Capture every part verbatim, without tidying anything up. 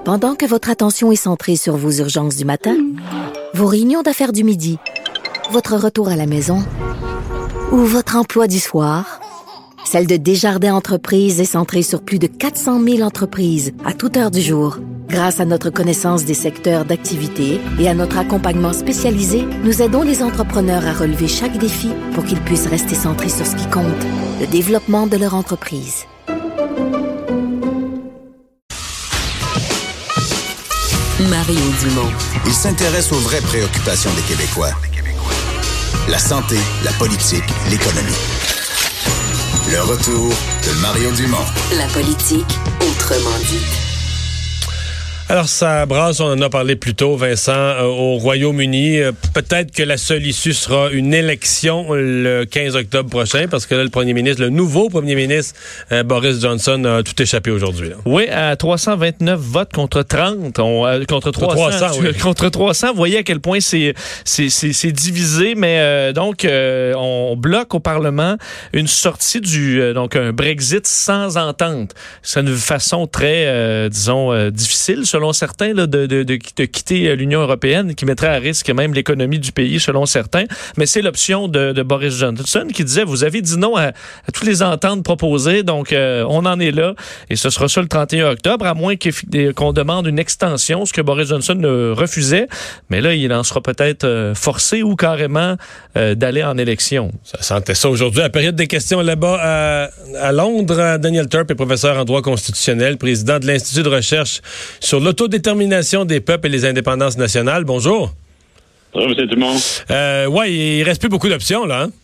Pendant que votre attention est centrée sur vos urgences du matin, vos réunions d'affaires du midi, votre retour à la maison ou votre emploi du soir, celle de Desjardins Entreprises est centrée sur plus de quatre cent mille entreprises à toute heure du jour. Grâce à notre connaissance des secteurs d'activité et à notre accompagnement spécialisé, nous aidons les entrepreneurs à relever chaque défi pour qu'ils puissent rester centrés sur ce qui compte, le développement de leur entreprise. Mario Dumont. Il s'intéresse aux vraies préoccupations des Québécois. La santé, la politique, l'économie. Le retour de Mario Dumont. La politique, autrement dit. Alors, ça brasse, on en a parlé plus tôt, Vincent, euh, au Royaume-Uni. Euh, peut-être que la seule issue sera une élection le quinze octobre prochain, parce que là, le premier ministre, le nouveau premier ministre, euh, Boris Johnson, a tout échappé aujourd'hui. Là. Oui, à trois cent vingt-neuf votes contre trente, on, euh, contre trois cents. trois cents oui. Contre trois cents, vous voyez à quel point c'est, c'est, c'est, c'est divisé, mais euh, donc, euh, on bloque au Parlement une sortie du, euh, donc un Brexit sans entente. C'est une façon très, euh, disons, euh, difficile, selon certains, là, de, de, de, de quitter l'Union européenne, qui mettrait à risque même l'économie du pays, selon certains. Mais c'est l'option de, de Boris Johnson qui disait, vous avez dit non à, à toutes les ententes proposées, donc euh, on en est là. Et ce sera ça le trente et un octobre, à moins qu'on demande une extension, ce que Boris Johnson euh, refusait. Mais là, il en sera peut-être euh, forcé ou carrément euh, d'aller en élection. Ça sentait ça aujourd'hui. À la période des questions là-bas à, à Londres, Daniel Turp est professeur en droit constitutionnel, président de l'Institut de recherche sur l'autodétermination des peuples et les indépendances nationales. Bonjour. Bonjour, M. Dumont. Euh, ouais, il reste plus beaucoup d'options, là. Hein?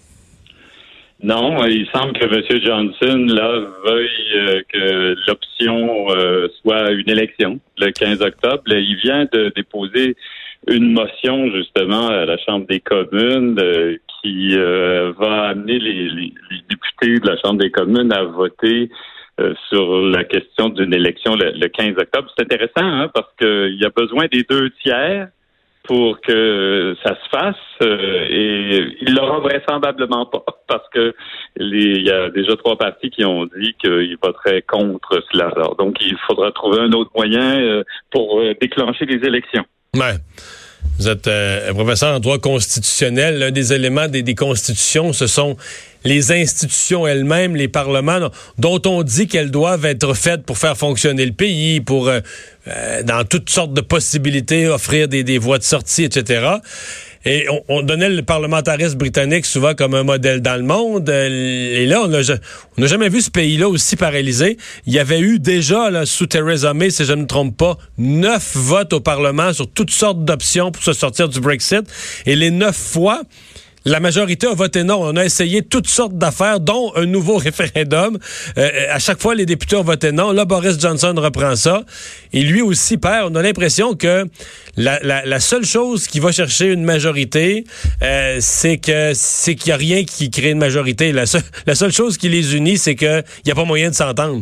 Non, il semble que M. Johnson, là, veuille euh, que l'option euh, soit une élection le quinze octobre. Là, il vient de déposer une motion, justement, à la Chambre des communes euh, qui euh, va amener les, les, les députés de la Chambre des communes à voter Euh, sur la question d'une élection le, le quinze octobre. C'est intéressant, hein, parce qu'il y a besoin des deux tiers pour que ça se fasse, euh, et il l'aura vraisemblablement pas, parce que les, il y a déjà trois partis qui ont dit qu'ils voteraient contre cela. Alors, donc, il faudra trouver un autre moyen euh, pour euh, déclencher les élections. Ouais. Vous êtes euh, professeur en droit constitutionnel. L'un des éléments des, des constitutions, ce sont les institutions elles-mêmes, les parlements, dont on dit qu'elles doivent être faites pour faire fonctionner le pays, pour, euh, euh, dans toutes sortes de possibilités, offrir des, des voies de sortie, et cetera. Et on, on donnait le parlementarisme britannique souvent comme un modèle dans le monde. Et là, on n'a jamais vu ce pays-là aussi paralysé. Il y avait eu déjà, là, sous Theresa May, si je ne me trompe pas, neuf votes au Parlement sur toutes sortes d'options pour se sortir du Brexit. Et les neuf fois, la majorité a voté non. On a essayé toutes sortes d'affaires, dont un nouveau référendum. Euh, à chaque fois, les députés ont voté non. Là, Boris Johnson reprend ça. Et lui aussi perd. On a l'impression que la, la, la seule chose qui va chercher une majorité, euh, c'est que c'est qu'il n'y a rien qui crée une majorité. La, seule, la seule chose qui les unit, c'est qu'il n'y a pas moyen de s'entendre.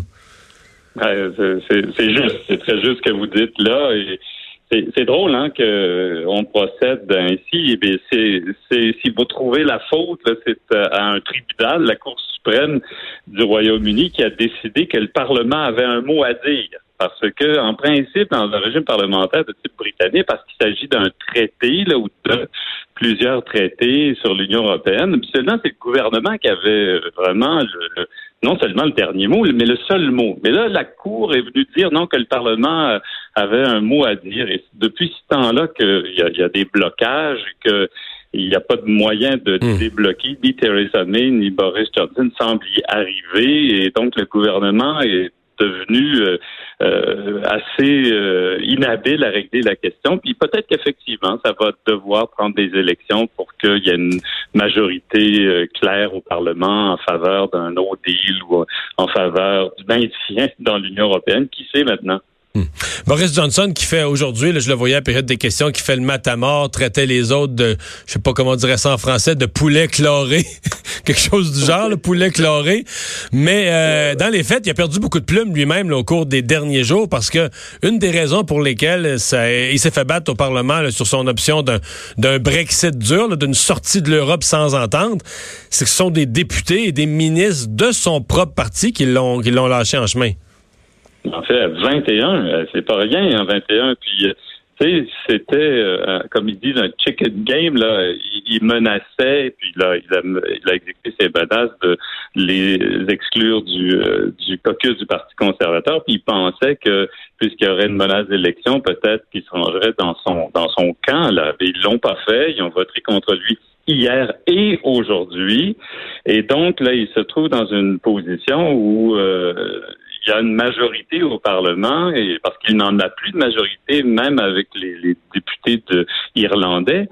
Ouais, c'est, c'est, c'est juste. C'est très juste ce que vous dites là. Et C'est, c'est drôle, hein, que on procède ainsi. Et c'est, c'est, si vous trouvez la faute, là, c'est à un tribunal, la Cour suprême du Royaume-Uni, qui a décidé que le Parlement avait un mot à dire. Parce que, en principe, dans le régime parlementaire de type britannique, parce qu'il s'agit d'un traité, là, ou de plusieurs traités sur l'Union européenne, puis seulement c'est le gouvernement qui avait vraiment le, le non seulement le dernier mot, mais le seul mot. Mais là, la Cour est venue dire non, que le Parlement avait un mot à dire. Et depuis ce temps-là qu'il y a, il y a des blocages, qu'il n'y a pas de moyen de mmh. débloquer. Ni Theresa May, ni Boris Johnson semblent y arriver. Et donc, le gouvernement est devenu euh, euh, assez euh, inhabile à régler la question. Puis peut-être qu'effectivement, ça va devoir prendre des élections pour qu'il y ait une majorité euh, claire au Parlement en faveur d'un no deal ou en faveur du maintien dans l'Union européenne. Qui sait maintenant? Hum. Boris Johnson qui fait aujourd'hui, là, je le voyais à la période des questions, qui fait le matamor, traitait les autres de, je sais pas comment on dirait ça en français, de poulet chloré, quelque chose du genre, le poulet chloré. Mais euh, dans les faits, il a perdu beaucoup de plumes lui-même là, au cours des derniers jours, parce que une des raisons pour lesquelles ça, il s'est fait battre au Parlement là, sur son option d'un, d'un Brexit dur, là, d'une sortie de l'Europe sans entente, c'est que ce sont des députés et des ministres de son propre parti qui l'ont, qui l'ont lâché en chemin. En fait, vingt et un, c'est pas rien, hein, vingt et un. Puis, tu sais, c'était, euh, comme ils disent, un chicken game, là. Il, il menaçait, puis là, il a, il a exécuté ses menaces de les exclure du, euh, du caucus du Parti conservateur, puis il pensait que, puisqu'il y aurait une menace d'élection, peut-être qu'il se rangerait dans son, dans son camp, là. Mais ils l'ont pas fait, ils ont voté contre lui hier et aujourd'hui. Et donc, là, il se trouve dans une position où euh, il y a une majorité au Parlement, et parce qu'il n'en a plus de majorité, même avec les, les députés de, irlandais.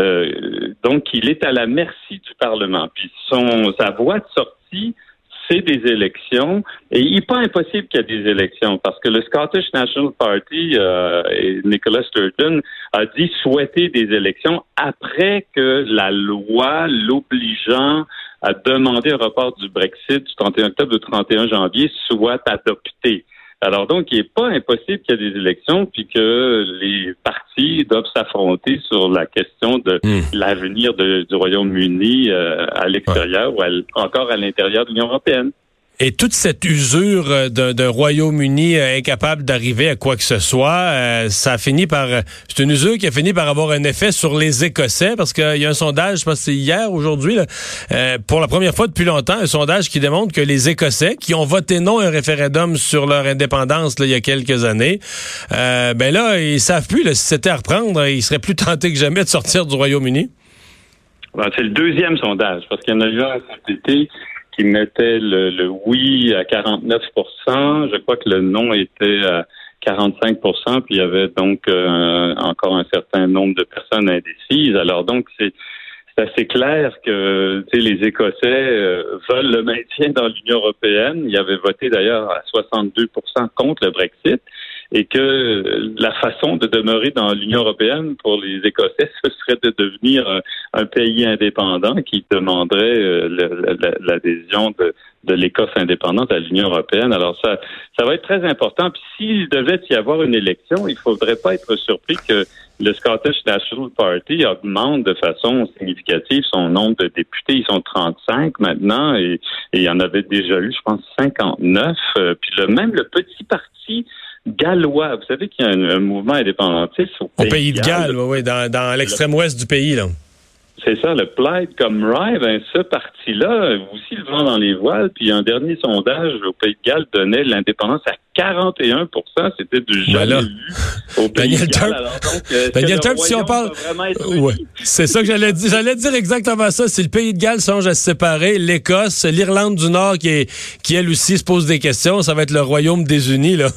Euh, donc, il est à la merci du Parlement. Puis son sa voie de sortie, c'est des élections. Et il n'est pas impossible qu'il y ait des élections, parce que le Scottish National Party euh, et Nicola Sturgeon a dit souhaiter des élections après que la loi l'obligeant à demander un report du Brexit du trente et un octobre au trente et un janvier soit adoptée. Alors donc, il n'est pas impossible qu'il y ait des élections puis que les partis doivent s'affronter sur la question de mmh. l'avenir de, du Royaume-Uni euh, à l'extérieur ouais. ou à, encore à l'intérieur de l'Union européenne. Et toute cette usure d'un, d'un Royaume-Uni euh, incapable d'arriver à quoi que ce soit, euh, ça a fini par... C'est une usure qui a fini par avoir un effet sur les Écossais, parce qu'il y a un sondage, je pense que c'est hier, aujourd'hui, là, euh, pour la première fois depuis longtemps, un sondage qui démontre que les Écossais, qui ont voté non à un référendum sur leur indépendance là, il y a quelques années, euh, ben là, ils savent plus là, si c'était à reprendre, ils seraient plus tentés que jamais de sortir du Royaume-Uni. Ben, c'est le deuxième sondage, parce qu'il y en a eu un cet été qui mettait le, le oui à quarante-neuf pour cent. Je crois que le non était à quarante-cinq pour cent, puis il y avait donc euh, encore un certain nombre de personnes indécises. Alors donc, c'est, c'est assez clair que les Écossais euh, veulent le maintien dans l'Union européenne. Ils avaient voté d'ailleurs à soixante-deux pour cent contre le Brexit, et que la façon de demeurer dans l'Union européenne pour les Écossais, ce serait de devenir un, un pays indépendant qui demanderait euh, le, la, l'adhésion de, de l'Écosse indépendante à l'Union européenne. Alors ça, ça va être très important. Puis s'il devait y avoir une élection, il faudrait pas être surpris que le Scottish National Party augmente de façon significative son nombre de députés. Ils sont trente-cinq maintenant, et, et il y en avait déjà eu, je pense, cinquante-neuf. Euh, puis le même le petit parti gallois. Vous savez qu'il y a un, un mouvement indépendantiste au pays, au pays de Galles, Galles oui, dans, dans l'extrême le, ouest du pays, là. C'est ça, le Plaid Cymru, ben, ce parti-là, aussi le vent dans les voiles, puis un dernier sondage au pays de Galles donnait l'indépendance à quarante et un pour cent, c'était du jamais voilà. vu au pays Daniel de Galles. Alors, donc, Daniel Turp, si on parle... Ouais. C'est ça que j'allais dire. J'allais dire exactement ça. Si le pays de Galles songe à se séparer, l'Écosse, l'Irlande du Nord, qui, est, qui elle aussi se pose des questions, ça va être le Royaume des Unis, là.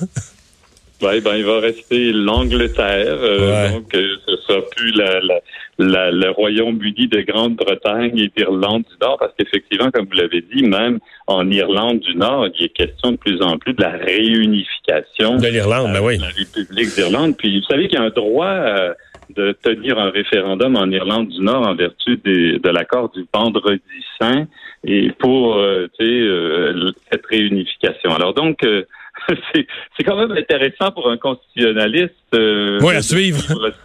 Oui, ben il va rester l'Angleterre, euh, ouais. donc euh, ce sera plus la, la, la, le Royaume-Uni de Grande-Bretagne et d'Irlande du Nord, parce qu'effectivement, comme vous l'avez dit, même en Irlande du Nord, il est question de plus en plus de la réunification de l'Irlande, ben oui. de la République d'Irlande. Puis vous savez qu'il y a un droit euh, de tenir un référendum en Irlande du Nord en vertu des, de l'accord du Vendredi Saint, et pour euh, tu sais euh, cette réunification. Alors donc euh, C'est, c'est quand même intéressant pour un constitutionnaliste. Euh, oui, à suivre.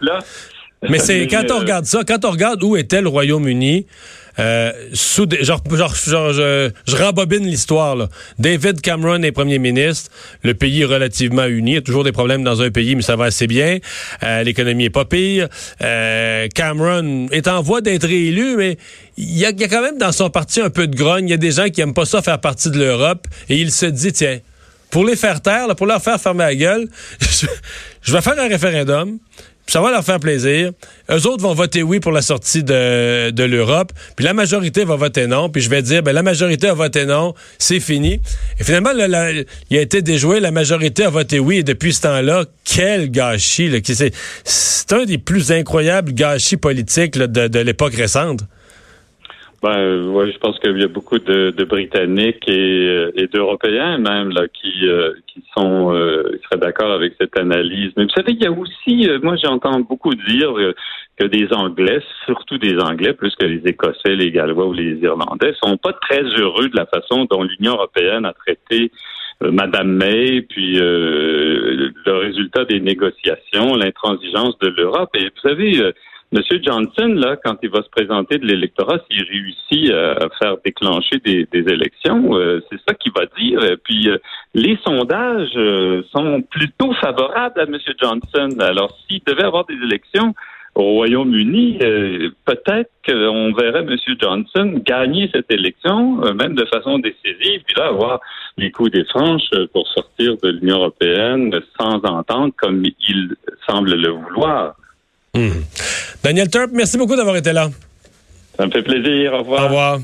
Mais c'est Mais, quand euh, on regarde ça, quand on regarde où était le Royaume-Uni, euh, sous des, genre, genre, genre je, je rembobine l'histoire, là. David Cameron est premier ministre, le pays est relativement uni, il y a toujours des problèmes dans un pays, mais ça va assez bien. Euh, l'économie est pas pire. Euh, Cameron est en voie d'être réélu, mais il y a, il y a quand même dans son parti un peu de grogne. Il y a des gens qui aiment pas ça faire partie de l'Europe, et il se dit, tiens, pour les faire taire, là, pour leur faire fermer la gueule, je, je vais faire un référendum, ça va leur faire plaisir. Eux autres vont voter oui pour la sortie de, de l'Europe, puis la majorité va voter non, puis je vais dire, ben la majorité a voté non, c'est fini. Et finalement, là, là, il a été déjoué, la majorité a voté oui, et depuis ce temps-là, quel gâchis, là, qui, c'est, c'est un des plus incroyables gâchis politiques là, de, de l'époque récente. Ben, euh, ouais, je pense qu'il y a beaucoup de, de Britanniques et, et d'Européens même là qui euh, qui sont euh, seraient d'accord avec cette analyse. Mais vous savez, il y a aussi, euh, moi j'entends beaucoup dire euh, que des Anglais, surtout des Anglais, plus que les Écossais, les Gallois ou les Irlandais, sont pas très heureux de la façon dont l'Union européenne a traité euh, Madame May, puis euh, le résultat des négociations, l'intransigeance de l'Europe. Et vous savez. Euh, M. Johnson, là, quand il va se présenter de l'électorat, s'il réussit à faire déclencher des, des élections, euh, c'est ça qu'il va dire. Puis euh, les sondages euh, sont plutôt favorables à M. Johnson. Alors, s'il devait avoir des élections au Royaume-Uni, euh, peut-être qu'on verrait M. Johnson gagner cette élection, euh, même de façon décisive, puis là, avoir les coups des franches pour sortir de l'Union européenne sans entente comme il semble le vouloir. Mmh. Daniel Turp, merci beaucoup d'avoir été là. Ça me fait plaisir. Au revoir. Au revoir.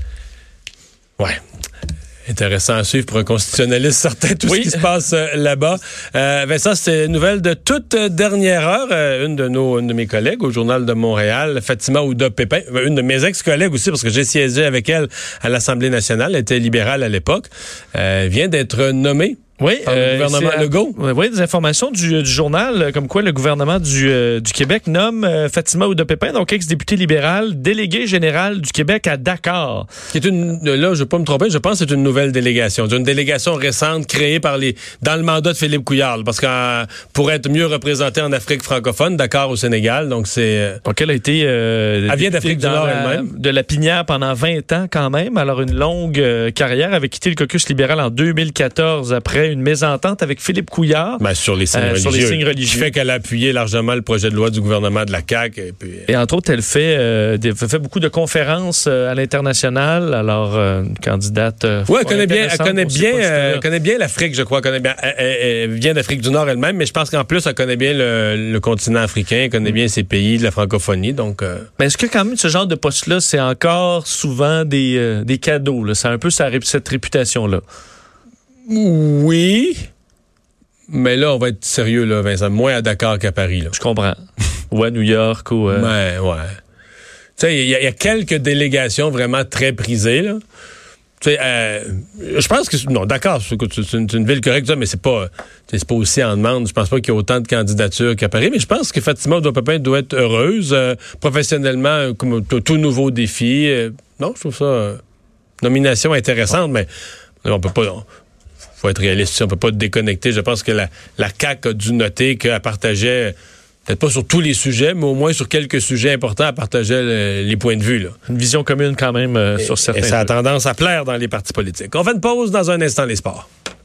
Ouais. Intéressant à suivre pour un constitutionnaliste certain, tout oui. ce qui se passe euh, là-bas. Euh, Vincent, c'est une nouvelle de toute dernière heure. Euh, une de nos, une de mes collègues au Journal de Montréal, Fatima Ouda-Pépin, une de mes ex-collègues aussi, parce que j'ai siégé avec elle à l'Assemblée nationale, elle était libérale à l'époque, euh, vient d'être nommée. Oui, par euh, le gouvernement Legault. Euh, oui, des informations du, du journal, comme quoi le gouvernement du, euh, du Québec nomme euh, Fatima Ouda-Pépin, donc ex-députée libérale, déléguée générale du Québec à Dakar. Qui est une, là, je ne vais pas me tromper, je pense que c'est une nouvelle délégation. C'est une délégation récente créée par les, dans le mandat de Philippe Couillard, parce que euh, pour être mieux représentée en Afrique francophone, Dakar au Sénégal, donc c'est... Euh, donc elle a été... Euh, elle vient d'Afrique du Nord la, elle-même. De la Pinière pendant vingt ans quand même, alors une longue euh, carrière, avait quitté le caucus libéral en deux mille quatorze après une mésentente avec Philippe Couillard. Ben, sur les signes euh, religieux. Sur les signes religieux. Qui fait qu'elle a appuyé largement le projet de loi du gouvernement de la C A Q. Et, puis... et entre autres, elle fait, euh, des, fait beaucoup de conférences euh, à l'international. Alors, euh, une candidate... Euh, oui, elle connaît bien, elle connaît bien, euh, elle connaît bien l'Afrique, je crois. Elle, connaît bien, elle, elle, elle vient d'Afrique du Nord elle-même, mais je pense qu'en plus, elle connaît bien le, le continent africain, elle connaît bien ces pays de la francophonie. Donc, euh... mais est-ce que quand même, ce genre de poste-là, c'est encore souvent des, euh, des cadeaux? Là? C'est un peu sa, cette réputation-là. Oui... Mais là, on va être sérieux, là, Vincent. Moins à Dakar qu'à Paris, là. Je comprends. Ou à New York, ou... Euh... Ouais, ouais. Tu sais, il y, y a quelques délégations vraiment très prisées, là. Tu sais, euh, je pense que... Non, Dakar, c'est une, une ville correcte, mais c'est pas, c'est pas aussi en demande. Je pense pas qu'il y ait autant de candidatures qu'à Paris, mais je pense que Fatima Ouda-Pépin doit être heureuse, euh, professionnellement, comme tout, tout nouveau défi. Euh, non, je trouve ça... Euh, nomination intéressante, mais on peut pas... On, faut être réaliste, on peut pas déconnecter. Je pense que la, la C A Q a dû noter qu'elle partageait, peut-être pas sur tous les sujets, mais au moins sur quelques sujets importants, elle partageait le, les points de vue. Là. Une vision commune quand même euh, et, sur certains. Et ça a tendance à plaire dans les partis politiques. On fait une pause, dans un instant, les sports.